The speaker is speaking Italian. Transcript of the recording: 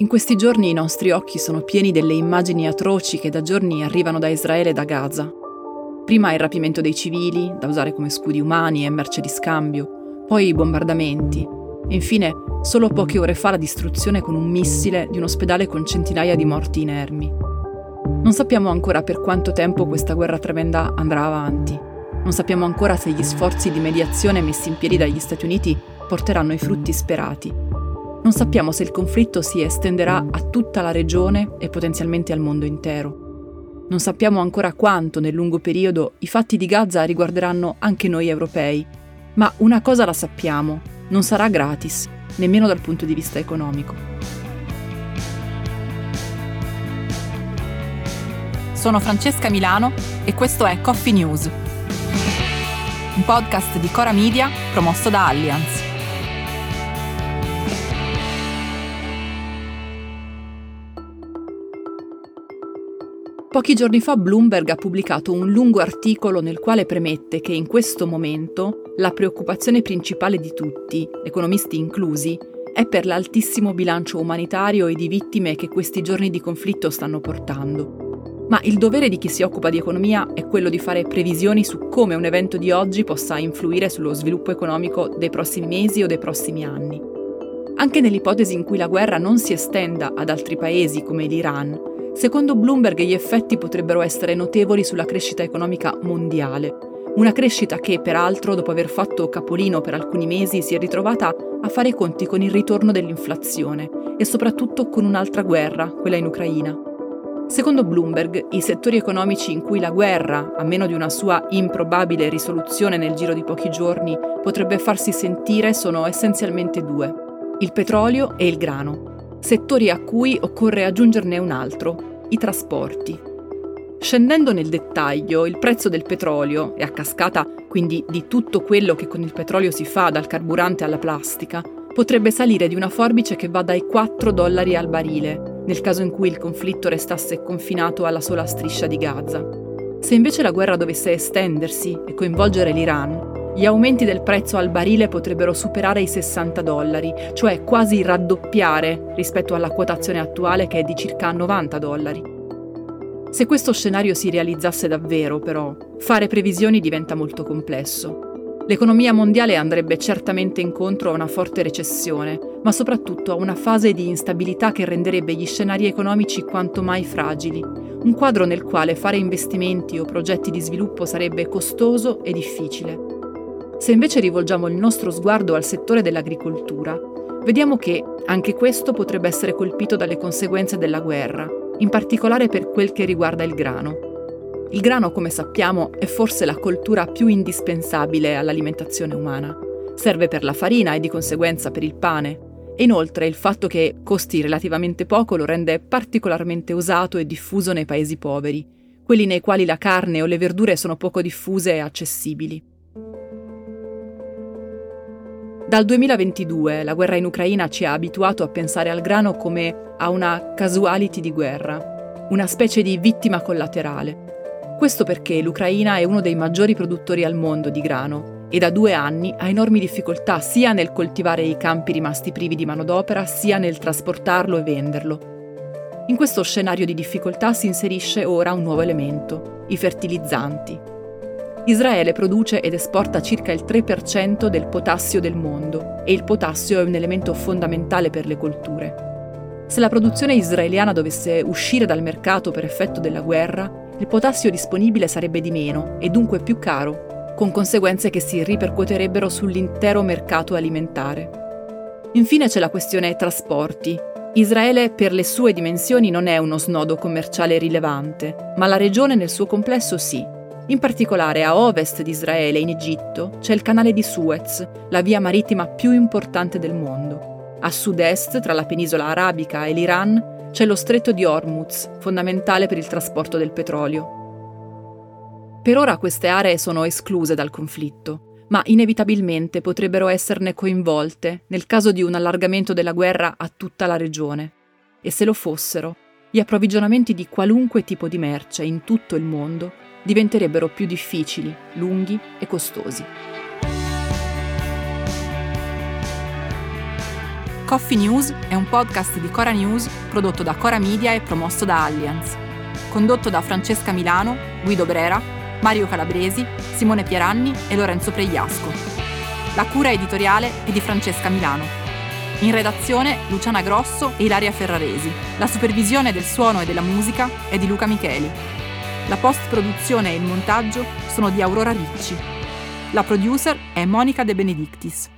questi giorni i nostri occhi sono pieni delle immagini atroci che da giorni arrivano da Israele e da Gaza. Prima il rapimento dei civili, da usare come scudi umani e merce di scambio, poi i bombardamenti, e infine, solo poche ore fa la distruzione con un missile di un ospedale con centinaia di morti inermi. Non sappiamo ancora per quanto tempo questa guerra tremenda andrà avanti. Non sappiamo ancora se gli sforzi di mediazione messi in piedi dagli Stati Uniti porteranno i frutti sperati. Non sappiamo se il conflitto si estenderà a tutta la regione e potenzialmente al mondo intero. Non sappiamo ancora quanto, nel lungo periodo, i fatti di Gaza riguarderanno anche noi europei. Ma una cosa la sappiamo: non sarà gratis, nemmeno dal punto di vista economico. Sono Francesca Milano e questo è Coffee News, un podcast di Cora Media promosso da Allianz. Pochi giorni fa Bloomberg ha pubblicato un lungo articolo nel quale premette che in questo momento la preoccupazione principale di tutti, economisti inclusi, è per l'altissimo bilancio umanitario e di vittime che questi giorni di conflitto stanno portando. Ma il dovere di chi si occupa di economia è quello di fare previsioni su come un evento di oggi possa influire sullo sviluppo economico dei prossimi mesi o dei prossimi anni. Anche nell'ipotesi in cui la guerra non si estenda ad altri paesi come l'Iran, secondo Bloomberg gli effetti potrebbero essere notevoli sulla crescita economica mondiale. Una crescita che, peraltro, dopo aver fatto capolino per alcuni mesi, si è ritrovata a fare i conti con il ritorno dell'inflazione e soprattutto con un'altra guerra, quella in Ucraina. Secondo Bloomberg, i settori economici in cui la guerra, a meno di una sua improbabile risoluzione nel giro di pochi giorni, potrebbe farsi sentire sono essenzialmente due: il petrolio e il grano. Settori a cui occorre aggiungerne un altro: i trasporti. Scendendo nel dettaglio, il prezzo del petrolio, e a cascata quindi di tutto quello che con il petrolio si fa, dal carburante alla plastica, potrebbe salire di una forbice che va dai $4 al barile, nel caso in cui il conflitto restasse confinato alla sola striscia di Gaza. Se invece la guerra dovesse estendersi e coinvolgere l'Iran, gli aumenti del prezzo al barile potrebbero superare i $60, cioè quasi raddoppiare rispetto alla quotazione attuale che è di circa $90. Se questo scenario si realizzasse davvero, però, fare previsioni diventa molto complesso. L'economia mondiale andrebbe certamente incontro a una forte recessione, ma soprattutto a una fase di instabilità che renderebbe gli scenari economici quanto mai fragili, un quadro nel quale fare investimenti o progetti di sviluppo sarebbe costoso e difficile. Se invece rivolgiamo il nostro sguardo al settore dell'agricoltura, vediamo che anche questo potrebbe essere colpito dalle conseguenze della guerra, in particolare per quel che riguarda il grano. Il grano, come sappiamo, è forse la coltura più indispensabile all'alimentazione umana. Serve per la farina e di conseguenza per il pane. E inoltre il fatto che costi relativamente poco lo rende particolarmente usato e diffuso nei paesi poveri, quelli nei quali la carne o le verdure sono poco diffuse e accessibili. Dal 2022 la guerra in Ucraina ci ha abituato a pensare al grano come a una casualty di guerra, una specie di vittima collaterale. Questo perché l'Ucraina è uno dei maggiori produttori al mondo di grano e da 2 anni ha enormi difficoltà sia nel coltivare i campi rimasti privi di manodopera, sia nel trasportarlo e venderlo. In questo scenario di difficoltà si inserisce ora un nuovo elemento: i fertilizzanti. Israele produce ed esporta circa il 3% del potassio del mondo e il potassio è un elemento fondamentale per le colture. Se la produzione israeliana dovesse uscire dal mercato per effetto della guerra, il potassio disponibile sarebbe di meno e dunque più caro, con conseguenze che si ripercuoterebbero sull'intero mercato alimentare. Infine c'è la questione trasporti. Israele per le sue dimensioni non è uno snodo commerciale rilevante, ma la regione nel suo complesso sì. In particolare a ovest di Israele, in Egitto, c'è il canale di Suez, la via marittima più importante del mondo. A sud-est, tra la penisola arabica e l'Iran, c'è lo stretto di Hormuz, fondamentale per il trasporto del petrolio. Per ora queste aree sono escluse dal conflitto, ma inevitabilmente potrebbero esserne coinvolte nel caso di un allargamento della guerra a tutta la regione. E se lo fossero, gli approvvigionamenti di qualunque tipo di merce in tutto il mondo diventerebbero più difficili, lunghi e costosi. Coffee News è un podcast di Cora News prodotto da Cora Media e promosso da Allianz. Condotto da Francesca Milano, Guido Brera, Mario Calabresi, Simone Pieranni e Lorenzo Pregliasco. La cura editoriale è di Francesca Milano. In redazione Luciana Grosso e Ilaria Ferraresi. La supervisione del suono e della musica è di Luca Micheli. La post-produzione e il montaggio sono di Aurora Ricci. La producer è Monica De Benedictis.